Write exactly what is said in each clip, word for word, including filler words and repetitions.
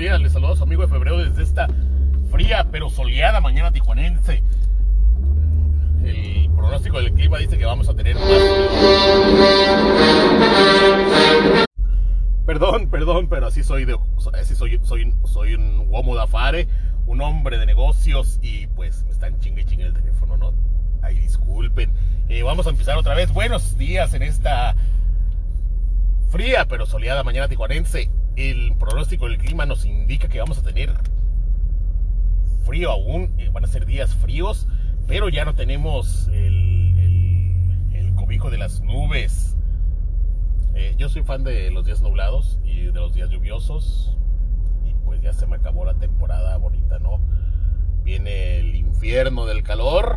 días, les saludo a su amigo de febrero desde esta fría pero soleada mañana tijuanense. El pronóstico del clima dice que vamos a tener más... Perdón, perdón, pero así soy de, así soy, soy, soy un uomo da fare, un hombre de negocios y pues me están chingue y chingue el teléfono, ¿no? Ay, disculpen. Eh, vamos a empezar otra vez. Buenos días en esta fría pero soleada mañana tijuanense. El pronóstico del clima nos indica que vamos a tener frío aún, eh, van a ser días fríos, pero ya no tenemos el, el, el cobijo de las nubes. Eh, yo soy fan de los días nublados y de los días lluviosos, y pues ya se me acabó la temporada bonita, ¿no? Viene el infierno del calor,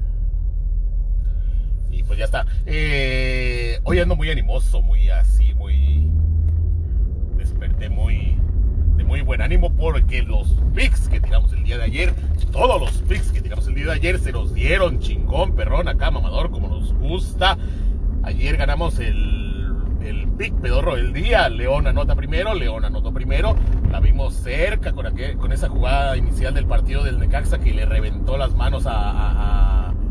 y pues ya está. Eh, hoy ando muy animoso, muy así, muy... desperté muy... de muy buen ánimo porque los picks que tiramos el día de ayer, todos los picks que tiramos el día de ayer se nos dieron chingón, perrón, acá mamador, como nos gusta. Ayer ganamos el, el pick pedorro del día. León anota primero, León anotó primero. La vimos cerca con, aquel, con esa jugada inicial del partido del Necaxa que le reventó las manos a, a, a,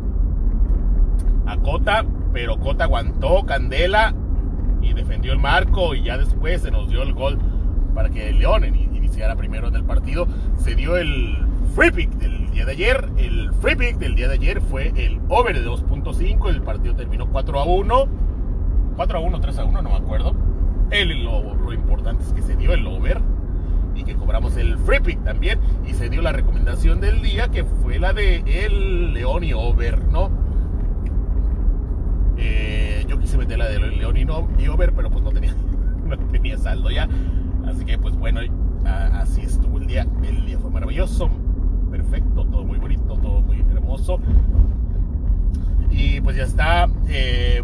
a Cota, pero Cota aguantó candela y defendió el marco, y ya después se nos dio el gol para que el León iniciara primero en el partido. Se dio el free pick del día de ayer. El free pick del día de ayer fue el over de dos punto cinco. El partido terminó cuatro a uno. cuatro a uno, tres a uno, no me acuerdo. El, lo, lo importante es que se dio el over y que cobramos el free pick también. Y se dio la recomendación del día, que fue la de el León y over, ¿no? Eh, yo quise meter la de León y, no, y over, pero pues no tenía, no tenía saldo ya. Así que pues bueno, así estuvo el día. El día fue maravilloso, perfecto, todo muy bonito, todo muy hermoso. Y pues ya está. eh,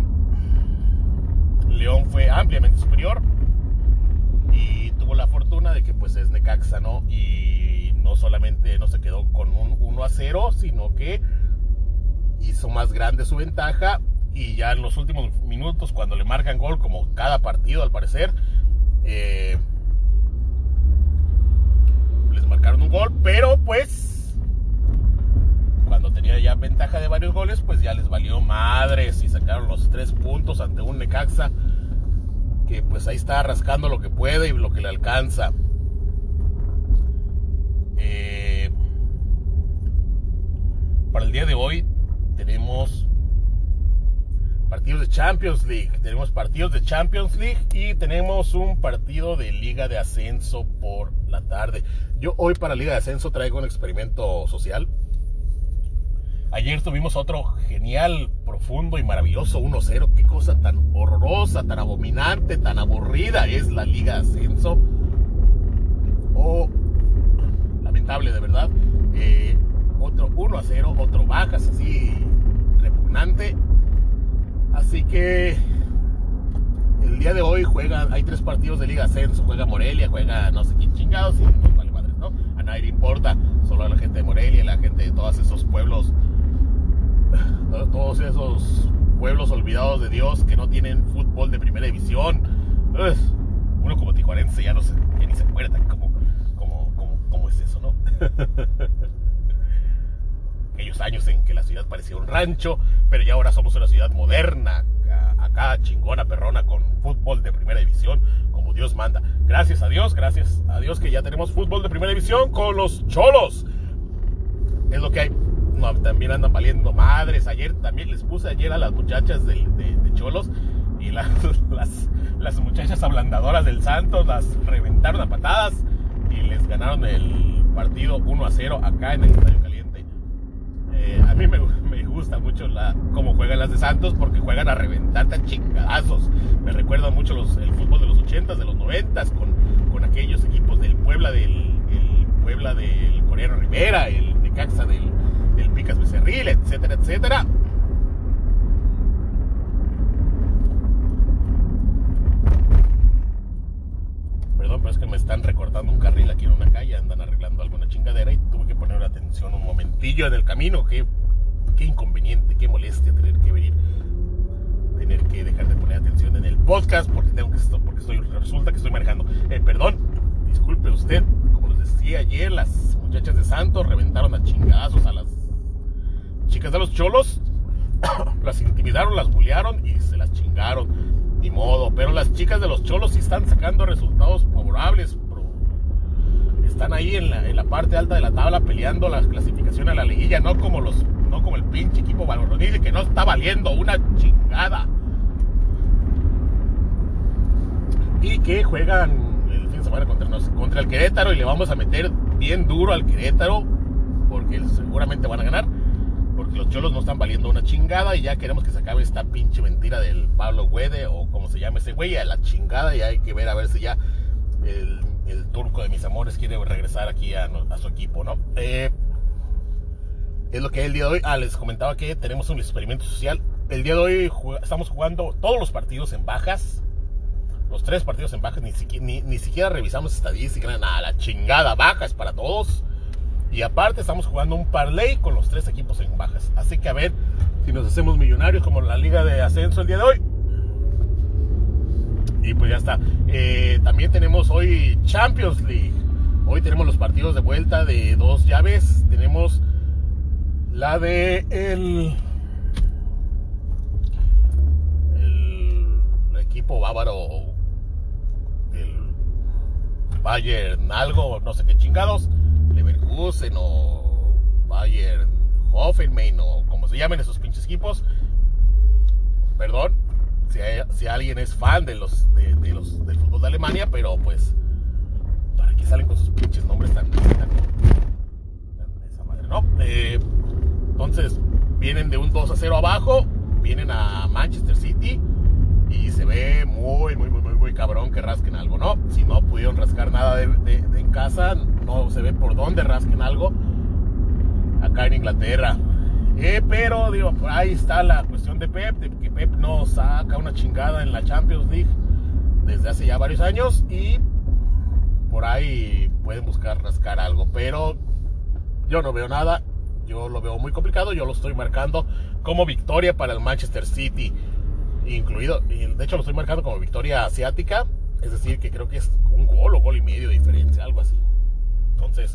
León fue ampliamente superior y tuvo la fortuna de que pues es Necaxa, ¿no? Y no solamente no se quedó con un uno a cero, sino que hizo más grande su ventaja. Y ya en los últimos minutos, cuando le marcan gol, como cada partido al parecer, eh, les marcaron un gol, pero pues cuando tenía ya ventaja de varios goles, pues ya les valió madres y sacaron los tres puntos ante un Necaxa que pues ahí está rascando lo que puede y lo que le alcanza. Eh, para el día de hoy tenemos partidos de Champions League, tenemos partidos de Champions League y tenemos un partido de Liga de Ascenso por la tarde. Yo hoy para Liga de Ascenso traigo un experimento social. Ayer tuvimos otro genial, profundo y maravilloso uno cero. Qué cosa tan horrorosa, tan abominante, tan aburrida es la Liga de Ascenso. Oh, lamentable de verdad. Eh, otro uno a cero, otro bajas así, repugnante. Así que el día de hoy juegan, hay tres partidos de Liga Ascenso, juega Morelia, juega no sé quién chingados y nos vale madres, ¿no? A nadie le importa, solo a la gente de Morelia, a la gente de todos esos pueblos, todos esos pueblos olvidados de Dios que no tienen fútbol de primera división. Ugh, uno como tijuanense ya no se, ya ni se acuerda cómo, cómo, cómo, cómo es eso, ¿no? Aquellos años en que la ciudad parecía un rancho, pero ya ahora somos una ciudad moderna, acá chingona, perrona, con fútbol de primera división, como Dios manda. Gracias a Dios, gracias a Dios que ya tenemos fútbol de primera división con los Cholos. Es lo que hay. No, también andan valiendo madres. Ayer también les puse ayer a las muchachas de, de, de Cholos, y las, las, las muchachas ablandadoras del Santos las reventaron a patadas y les ganaron el partido uno a cero acá en el Estadio Caliente. Eh, a mí me, me gusta mucho la, cómo juegan las de Santos, porque juegan a reventar tan chingadazos. Me recuerda mucho los, el fútbol de los ochentas, de los noventas, con, con aquellos equipos del Puebla, del el Puebla del Coreano Rivera, el Necaxa del, del Picas Becerril, etcétera, etcétera. Perdón, pero es que me están recortando un carril aquí en una calle, andan arreglando alguna chingadera y tuve que poner atención un momentillo en el camino. Qué, qué inconveniente, qué molestia tener que venir, tener que dejar de poner atención en el podcast porque tengo que porque estoy, resulta que estoy manejando. Eh, perdón, disculpe usted, como les decía ayer, las muchachas de Santos reventaron a chingazos a las chicas de los Cholos. Las intimidaron, las bullearon y se las chingaron, ni modo. Pero las chicas de los Cholos sí están sacando resultados favorables, bro. Están ahí en la, en la parte alta de la tabla peleando la clasificación a la liguilla, no como los, no como el pinche equipo varonil que no está valiendo una chingada. Y que juegan el fin de semana contra, contra el Querétaro y le vamos a meter bien duro al Querétaro porque seguramente van a ganar, porque los Cholos no están valiendo una chingada y ya queremos que se acabe esta pinche mentira del Pablo Güede o como se llame ese güey, a la chingada. Y hay que ver a ver si ya el, el turco de mis amores quiere regresar aquí a, a su equipo, ¿no? Eh, es lo que el día de hoy, ah, les comentaba que tenemos un experimento social. El día de hoy jug- estamos jugando todos los partidos en bajas. Los tres partidos en bajas, ni siquiera, ni, ni siquiera revisamos estadísticas, nada, la chingada, bajas para todos. Y aparte estamos jugando un parlay con los tres equipos en bajas. Así que a ver si nos hacemos millonarios como la Liga de Ascenso el día de hoy. Y pues ya está. Eh, también tenemos hoy Champions League. Hoy tenemos los partidos de vuelta de dos llaves. Tenemos la de el... el equipo bávaro, el Bayern algo, no sé qué chingados, Leverkusen o Bayern Hoffenheim o como se llamen esos pinches equipos. Perdón si, hay, si alguien es fan de los, de, de los del fútbol de Alemania, pero pues para qué salen con sus pinches nombres tan, tan, tan esa madre, ¿no? Eh, entonces vienen de un dos a cero abajo, vienen a Manchester City y se ve muy, muy, muy, muy, muy cabrón que rasquen algo, ¿no? Si no pudieron rascar nada de, de, de en casa, no se ve por dónde rasquen algo acá en Inglaterra. Eh, pero, digo, ahí está la cuestión de Pep, de que Pep no saca una chingada en la Champions League desde hace ya varios años y por ahí pueden buscar rascar algo, pero yo no veo nada, yo lo veo muy complicado, yo lo estoy marcando como victoria para el Manchester City. Incluido, y de hecho lo estoy marcando como victoria asiática, es decir, que creo que es un gol o gol y medio de diferencia, algo así. Entonces,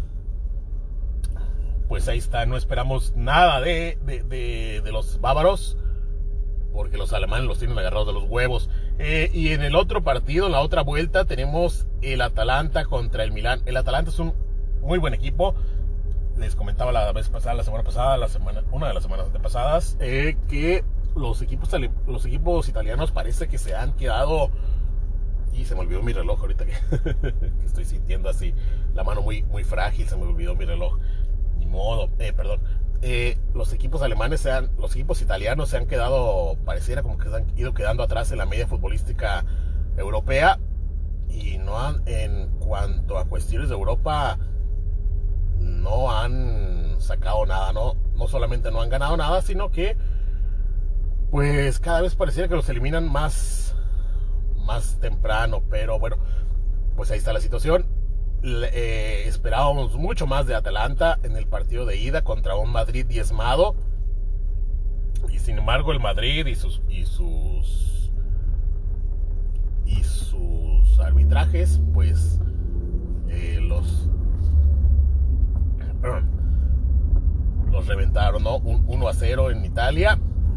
pues ahí está, no esperamos nada de, de, de, de los bávaros, porque los alemanes los tienen agarrados de los huevos. Eh, y en el otro partido, en la otra vuelta, tenemos el Atalanta contra el Milán. El Atalanta es un muy buen equipo. Les comentaba la vez pasada, la semana pasada, la semana, una de las semanas antepasadas, eh, que los equipos, los equipos italianos parece que se han quedado... Y se me olvidó mi reloj ahorita que, que estoy sintiendo así la mano muy, muy frágil, se me olvidó mi reloj. Ni modo, eh, perdón. Eh, los equipos alemanes, se han, los equipos italianos se han quedado, pareciera como que se han ido quedando atrás en la media futbolística europea. Y no han, en cuanto a cuestiones de Europa, no han sacado nada, no, no solamente no han ganado nada, sino que pues cada vez pareciera que los eliminan más, más temprano. Pero bueno, pues ahí está la situación. Eh, esperábamos mucho más de Atalanta en el partido de ida contra un Madrid diezmado. Y sin embargo el Madrid y sus y sus y sus arbitrajes pues eh, los los reventaron, ¿no? Un uno a cero en Italia.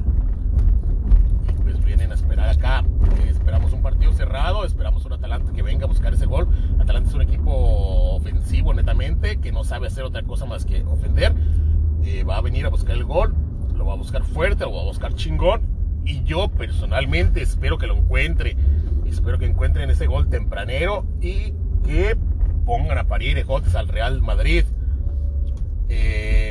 Pues vienen a esperar acá, eh, esperamos un partido cerrado, esperamos un Atalanta que venga a buscar ese gol. Atalanta es un equipo ofensivo netamente, que no sabe hacer otra cosa más que ofender. Eh, va a venir a buscar el gol, lo va a buscar fuerte, lo va a buscar chingón, y yo personalmente espero que lo encuentre, espero que encuentren ese gol tempranero y que pongan a parir ejotes al Real Madrid. Eh,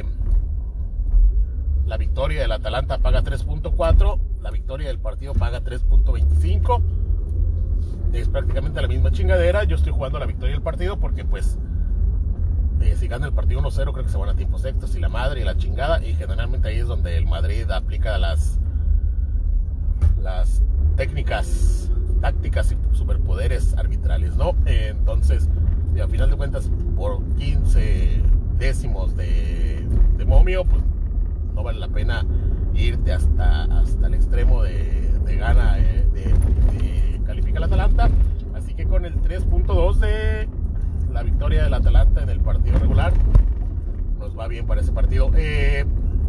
la victoria del Atalanta paga tres punto cuatro, la victoria del partido paga tres punto veinticinco. Es prácticamente la misma chingadera. Yo estoy jugando la victoria del partido porque pues eh, si gana el partido uno cero creo que se van a tiempos extras y la madre y la chingada, y generalmente ahí es donde el Madrid aplica las las técnicas, tácticas y superpoderes arbitrales, ¿no? Eh, entonces, y a final de cuentas, por quince décimos de, de momio, pues no vale la pena irte hasta, hasta el extremo de, de gana, eh, de, de califica el Atalanta. Así que con el tres punto dos de la victoria del Atalanta en el partido regular. Nos va bien para ese partido. Eh,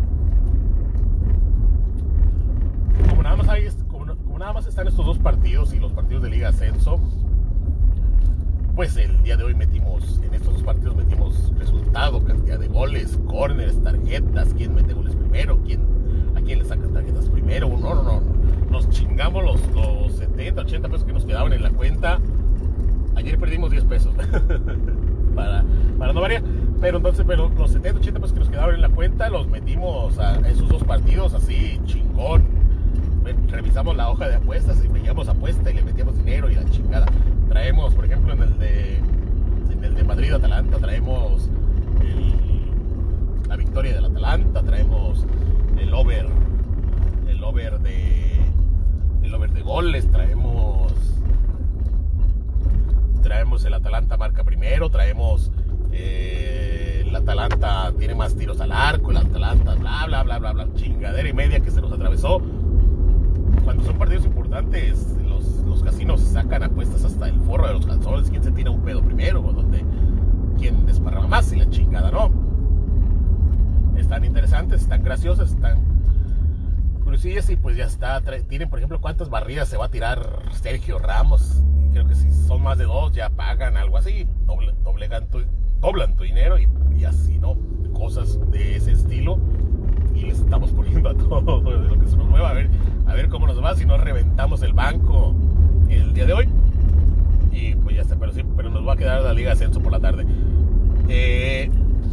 como, nada más hay, como, como nada más están estos dos partidos y los partidos de Liga Ascenso, pues el día de hoy metimos, en estos dos partidos metimos resultado, cantidad de goles, corners, tarjetas, quién mete goles primero, quién, a quién le sacan tarjetas primero. No, no, no, nos chingamos los, los setenta, ochenta pesos que nos quedaban en la cuenta. Ayer perdimos diez pesos para, para no variar, pero entonces, pero los setenta, ochenta pesos que nos quedaban en la cuenta los metimos a esos dos partidos así, chingón. Revisamos la hoja de apuestas y veíamos apuesta y le metíamos dinero y la chingada. Traemos, por ejemplo, en el de, en el de Madrid-Atalanta, traemos el, la victoria del Atalanta, traemos el over, el over de, el over de goles, traemos, traemos el Atalanta marca primero, traemos eh, el Atalanta tiene más tiros al arco, el Atalanta, bla, bla, bla, bla, bla, chingadera y media que se nos atravesó. Cuando son partidos importantes, los, los casinos sacan apuestas hasta el forro de los calzones. ¿Quién se tira un pedo primero? O donde, ¿quién desparrama más? Y la chingada, ¿no? Están interesantes, están graciosas, están crucillas y pues ya está. Tienen, por ejemplo, cuántas barridas se va a tirar Sergio Ramos. Creo que si son más de dos ya pagan algo así. Doble, doblegan tu, doblan tu dinero y, y así, ¿no? Cosas de ese estilo. Y les estamos poniendo a todo de lo que se nos mueva, a ver, a ver cómo nos va, si nos reventamos el banco el día de hoy. Y pues ya está, pero sí, pero nos va a quedar la Liga Ascenso por la tarde. Eh,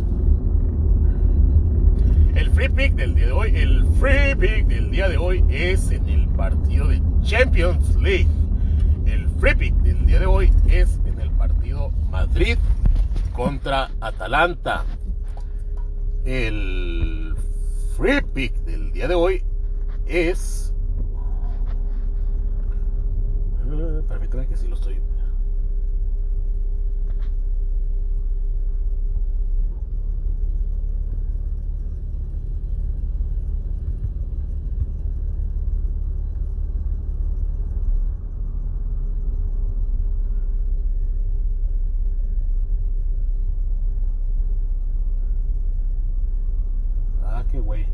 el free pick del día de hoy, el free pick del día de hoy es en el partido de Champions League. El free pick del día de hoy es en el partido Madrid contra Atalanta. El free pick del día de hoy es... Uh, permítame que sí lo estoy... Ah, qué güey.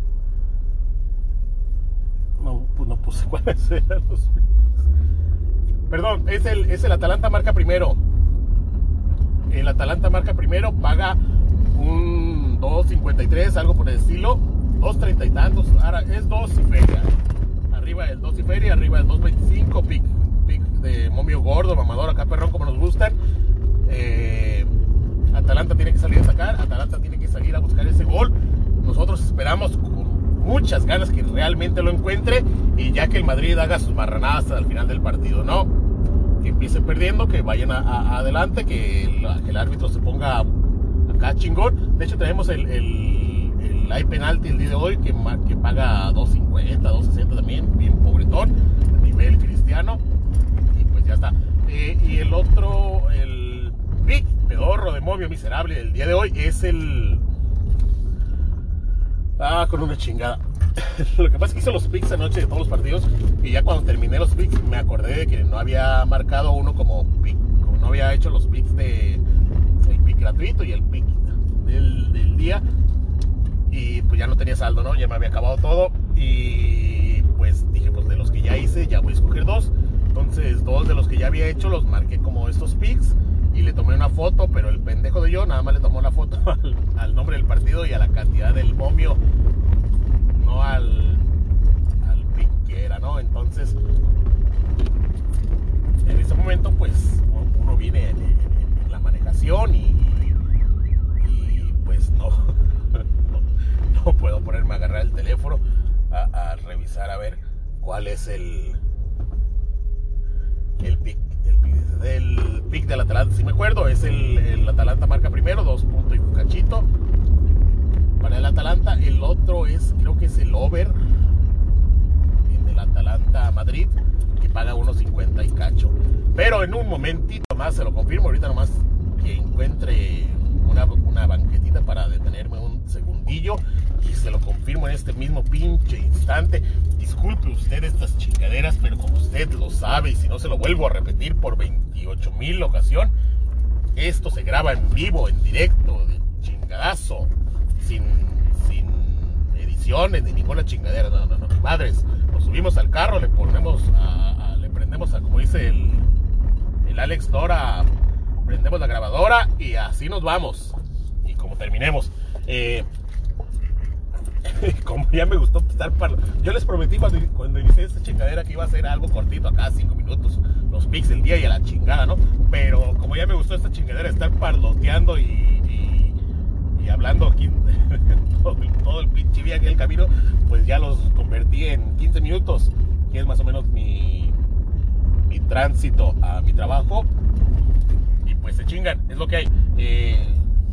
No, pues no puse cuáles eran los... Perdón, es el, es el Atalanta marca primero. El Atalanta marca primero, paga un dos cincuenta y tres, algo por el estilo. dos treinta y tantos, ahora es dos y feria. Arriba del dos y feria, arriba del dos veinticinco, pick, pick de momio gordo, mamador, acá perrón como nos gustan. Eh, Atalanta tiene que salir a atacar, Atalanta tiene que salir a buscar ese gol. Nosotros esperamos con muchas ganas que realmente lo encuentre y ya que el Madrid haga sus marranadas hasta el final del partido, ¿no? Que empiecen perdiendo, que vayan a, a, adelante, que el, que el árbitro se ponga acá chingón. De hecho tenemos el, el, el hay penalti el día de hoy que, que paga dos cincuenta, dos sesenta también, bien pobretón, a nivel cristiano. Y pues ya está. Eh, y el otro, el big pedorro de momio miserable del día de hoy es el... Ah, con una chingada. Lo que pasa es que hice los picks anoche de todos los partidos y ya cuando terminé los picks me acordé de que no había marcado uno como pick, como no había hecho los picks de el pick gratuito y el pick del, del día y pues ya no tenía saldo, ¿no? Ya me había acabado todo y pues dije, pues de los que ya hice ya voy a escoger dos. Entonces dos de los que ya había hecho los marqué como estos picks y le tomé una foto, pero el pendejo de yo nada más le tomó la foto al, al nombre del partido y a la cantidad del momio, no al, al pick que era, ¿no? Entonces, en ese momento, pues, uno viene en, en, en la manejación y, y pues no, no, no puedo ponerme a agarrar el teléfono a, a revisar a ver cuál es el, el pick. Del pick del Atalanta, si me acuerdo, es el, el Atalanta marca primero, dos puntos y un cachito para el Atalanta. El otro es, creo que es el over en el Atalanta Madrid, que paga uno cincuenta y cacho. Pero en un momentito más se lo confirmo, ahorita nomás que encuentre una, una banquetita para detenerme un segundillo y se lo confirmo en este mismo pinche instante. Disculpe usted estas chingaderas, pero como usted lo sabe y si no se lo vuelvo a repetir por veintiocho mil ocasión, que esto se graba en vivo, en directo, de chingadazo, sin, sin ediciones ni ninguna chingadera. No, no, no, madres. Lo subimos al carro, le ponemos a, a, le prendemos a, como dice el, el Alex Dora, prendemos la grabadora y así nos vamos. Y como terminemos, eh, como ya me gustó estar para... Yo les prometí cuando, cuando inicié esta chingadera que iba a ser algo cortito, acá cinco minutos, los pics del día y a la chingada, ¿no? Pero como ya me gustó esta chingadera, estar parloteando y, y, y hablando aquí todo, todo el pinche viaje del camino, pues ya los convertí en quince minutos, que es más o menos mi, mi tránsito a mi trabajo. Y pues se chingan, es lo que hay. Eh,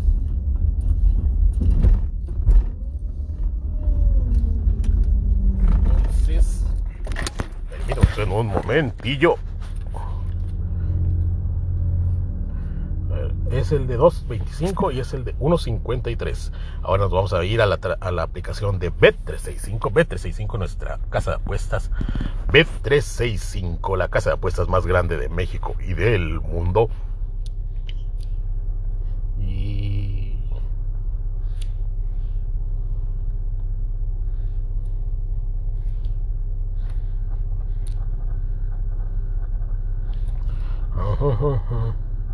Entonces, termino en un momentillo. Es el de dos veinticinco y es el de uno cincuenta y tres. Ahora nos vamos a ir a la, a la aplicación de Bet trescientos sesenta y cinco. Bet trescientos sesenta y cinco, nuestra casa de apuestas. Bet trescientos sesenta y cinco, la casa de apuestas más grande de México y del mundo. Y... Uh, uh, uh, uh.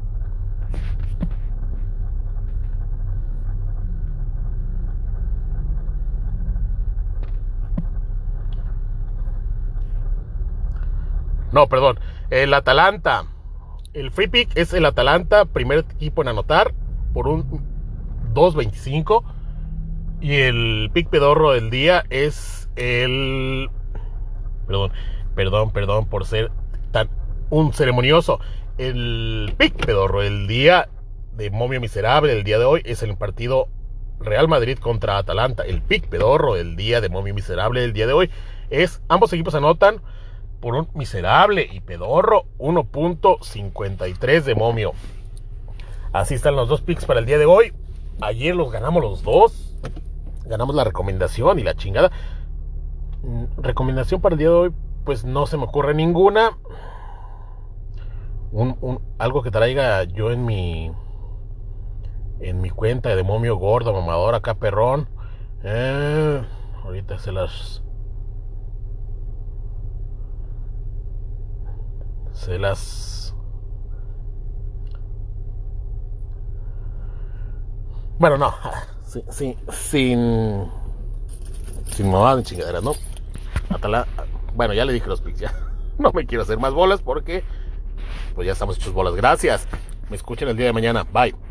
No, perdón, el Atalanta. El free pick es el Atalanta, primer equipo en anotar, por un dos veinticinco. Y el pick pedorro del día es el... Perdón, perdón, perdón por ser tan un ceremonioso. El pick pedorro del día de Momio Miserable el día de hoy es el partido Real Madrid contra Atalanta. El pick pedorro del día de Momio Miserable el día de hoy es... Ambos equipos anotan por un miserable y pedorro uno punto cincuenta y tres de Momio. Así están los dos picks para el día de hoy. Ayer los ganamos los dos. Ganamos la recomendación y la chingada. Recomendación para el día de hoy, pues no se me ocurre ninguna. Un, un, algo que traiga yo en mi en mi cuenta de Momio gordo, mamador, acá perrón. Eh, ahorita se las se las bueno, no, sin sin sin, sin mamá ni chingadera, ¿no? Atala... Bueno, ya le dije los pics, ya no me quiero hacer más bolas porque pues ya estamos hechos bolas. Gracias, me escuchan el día de mañana, bye.